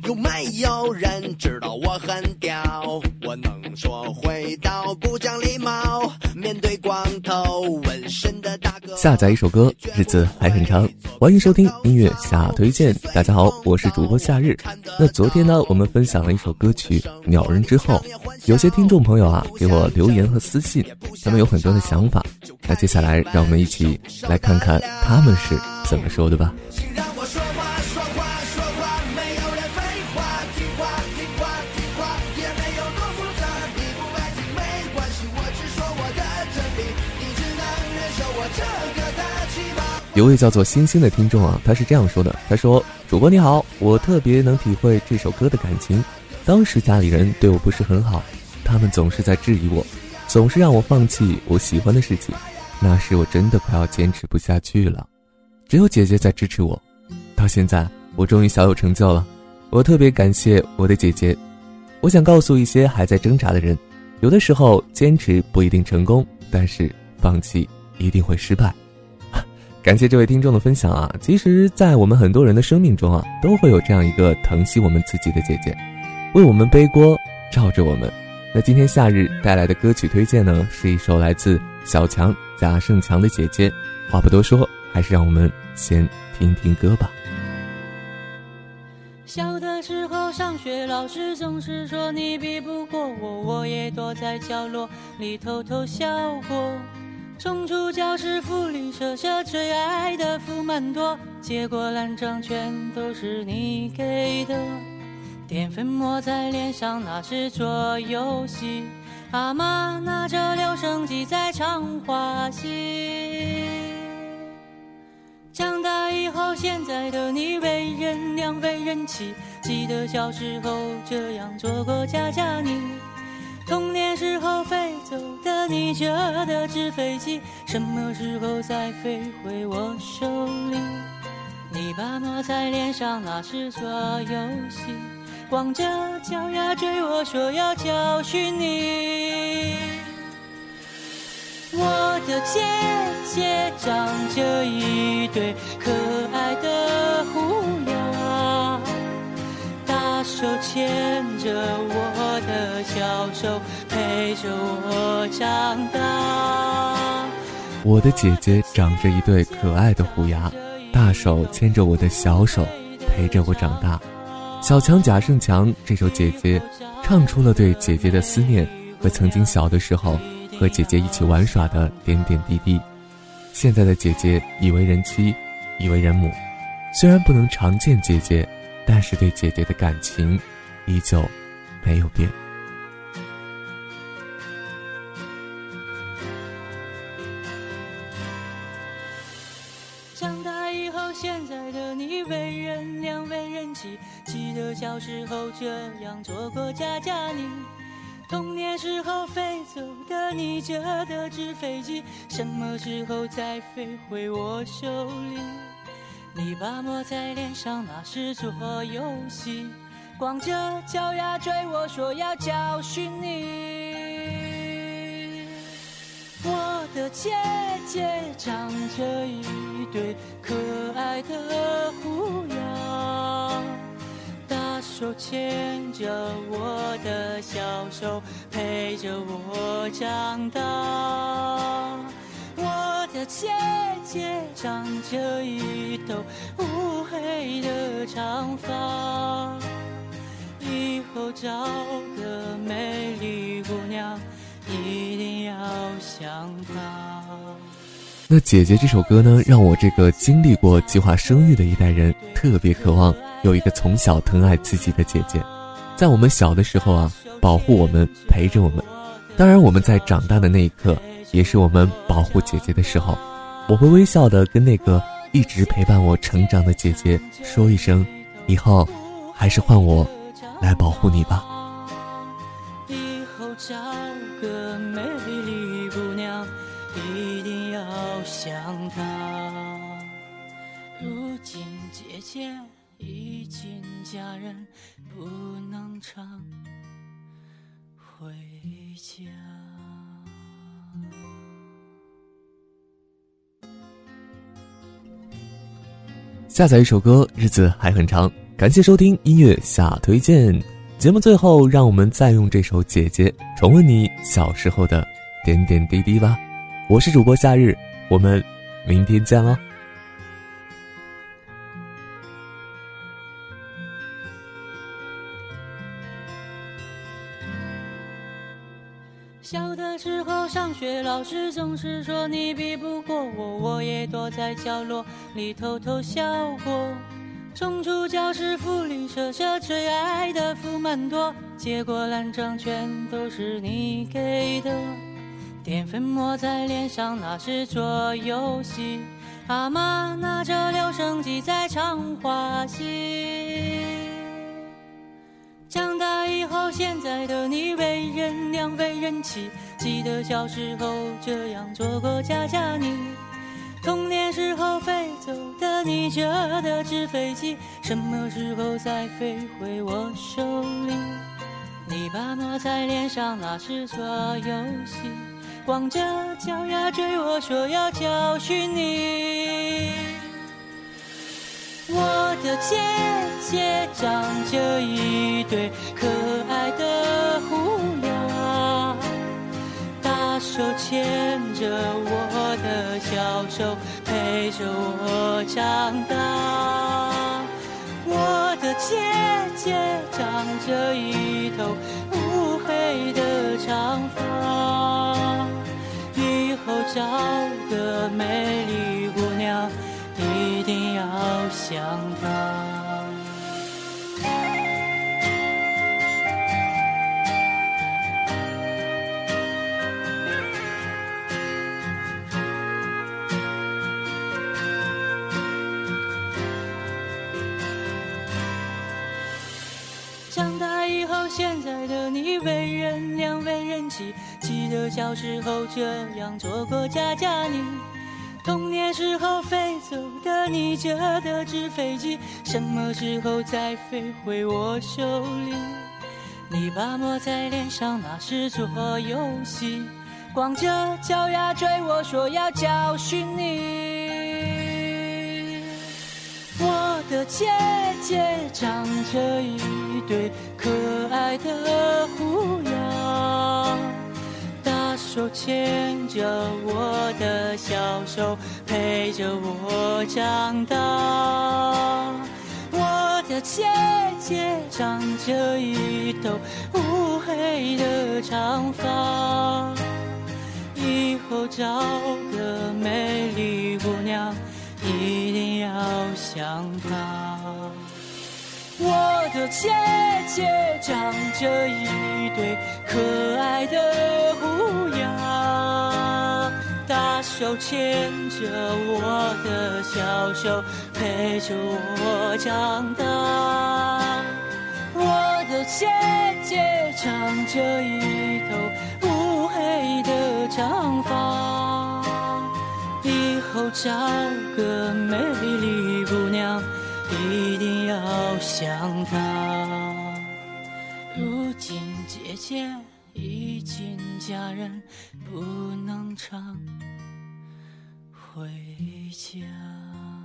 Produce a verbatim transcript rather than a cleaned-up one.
有没有人知道我很屌？我能说会道不讲礼貌，面对光头纹身的大哥。 下载一首歌，日子还很长，欢迎收听音乐下推荐。大家好，我是主播夏日。那昨天呢，我们分享了一首歌曲《鸟人之后》，有些听众朋友啊给我留言和私信，他们有很多的想法。那接下来让我们一起来看看他们是怎么说的吧。有位叫做星星的听众啊，他是这样说的，他说：主播你好，我特别能体会这首歌的感情。当时家里人对我不是很好，他们总是在质疑我，总是让我放弃我喜欢的事情。那时我真的快要坚持不下去了，只有姐姐在支持我。到现在我终于小有成就了，我特别感谢我的姐姐。我想告诉一些还在挣扎的人，有的时候坚持不一定成功，但是放弃一定会失败。感谢这位听众的分享啊！其实在我们很多人的生命中啊，都会有这样一个疼惜我们自己的姐姐，为我们背锅，罩着我们。那今天夏日带来的歌曲推荐呢，是一首来自小强贾盛强的姐姐。话不多说，还是让我们先听听歌吧。 小的时候上学，老师总是说你比不过我，我也躲在角落里偷偷笑过。冲出教室，福利社社最爱的福满多，结果烂账全都是你给的。淀粉抹在脸上，那是做游戏。阿妈拿着留声机在唱花戏。长大以后，现在的你为人娘为人妻，记得小时候这样做过家家你。童年时候飞走的你折的纸飞机，什么时候再飞回我手里？你把抹在脸上，那是做游戏，光着脚丫追我说要教训你。我的姐姐长着一对可爱的虎牙，大手牵着我的小手，陪着我长大。 我的姐姐长着一对可爱的虎牙，大手牵着我的小手，陪着我长大。小强贾盛强这首姐姐唱出了对姐姐的思念和曾经小的时候和姐姐一起玩耍的点点滴滴。现在的姐姐已为人妻，已为人母，虽然不能常见姐姐，但是对姐姐的感情依旧没有变。 长大以后，现在的你为人娘为人妻，记得小时候这样做过家家你。童年时候飞走的你折的纸飞机，什么时候再飞回我手里？你把抹在脸上，那是做游戏，光着脚丫追我说要教训你。我的姐姐长着一对可爱的虎牙，大手牵着我的小手，陪着我长大。我的姐姐长着一头乌黑的长发，以后找个美丽姑娘一定要像她。 那姐姐这首歌呢，让我这个经历过计划生育的一代人特别渴望有一个从小疼爱自己的姐姐，在我们小的时候啊，保护我们，陪着我们。当然我们在长大的那一刻，也是我们保护姐姐的时候。我会微笑地跟那个一直陪伴我成长的姐姐说一声，以后还是换我来保护你吧。 以后找个美丽姑娘一定要像她。如今姐姐已经嫁人，不能常回家。 下载一首歌，日子还很长。 感谢收听音乐下推荐。节目最后，让我们再用这首《姐姐》重温你小时候的点点滴滴吧。我是主播夏日，我们明天见喽。 小的时候上学，老师总是说你比不过我，我也躲在角落里偷偷笑过。冲出教室，福利社社最爱的福满多，结果烂账全都是你给的。淀粉抹在脸上，那是做游戏。阿妈拿着留声机在唱花戏。长大以后，现在的你为人娘为人妻，记得小时候这样做过家家你。童年时候飞走的你折的纸飞机，什么时候再飞回我手里？你把抹在脸上，那是做游戏，光着脚丫追我说要教训你。我的姐姐长着一对可爱的虎牙，大手牵着我的小手，陪着我长大。我的姐姐长着一头乌黑的长发，以后找个美丽姑娘一定要像她。长大以后，现在的你为人娘为人妻，记得小时候这样做过家家你。童年时候飞走的你折的纸飞机，什么时候再飞回我手里？你把抹在脸上，那是做游戏，光着脚丫追我说要教训你。我的姐姐长着一对可爱的虎牙，大手牵着我的小手，陪着我长大。我的姐姐长着一头乌黑的长发，以后找个美丽姑娘一定要像她。我的姐姐长着一对可爱的虎牙，大手牵着我的小手，陪着我长大。我的姐姐长着一头乌黑的长发，以后找个美丽姑娘一定要像她。如今姐姐已经嫁人，不能常回家。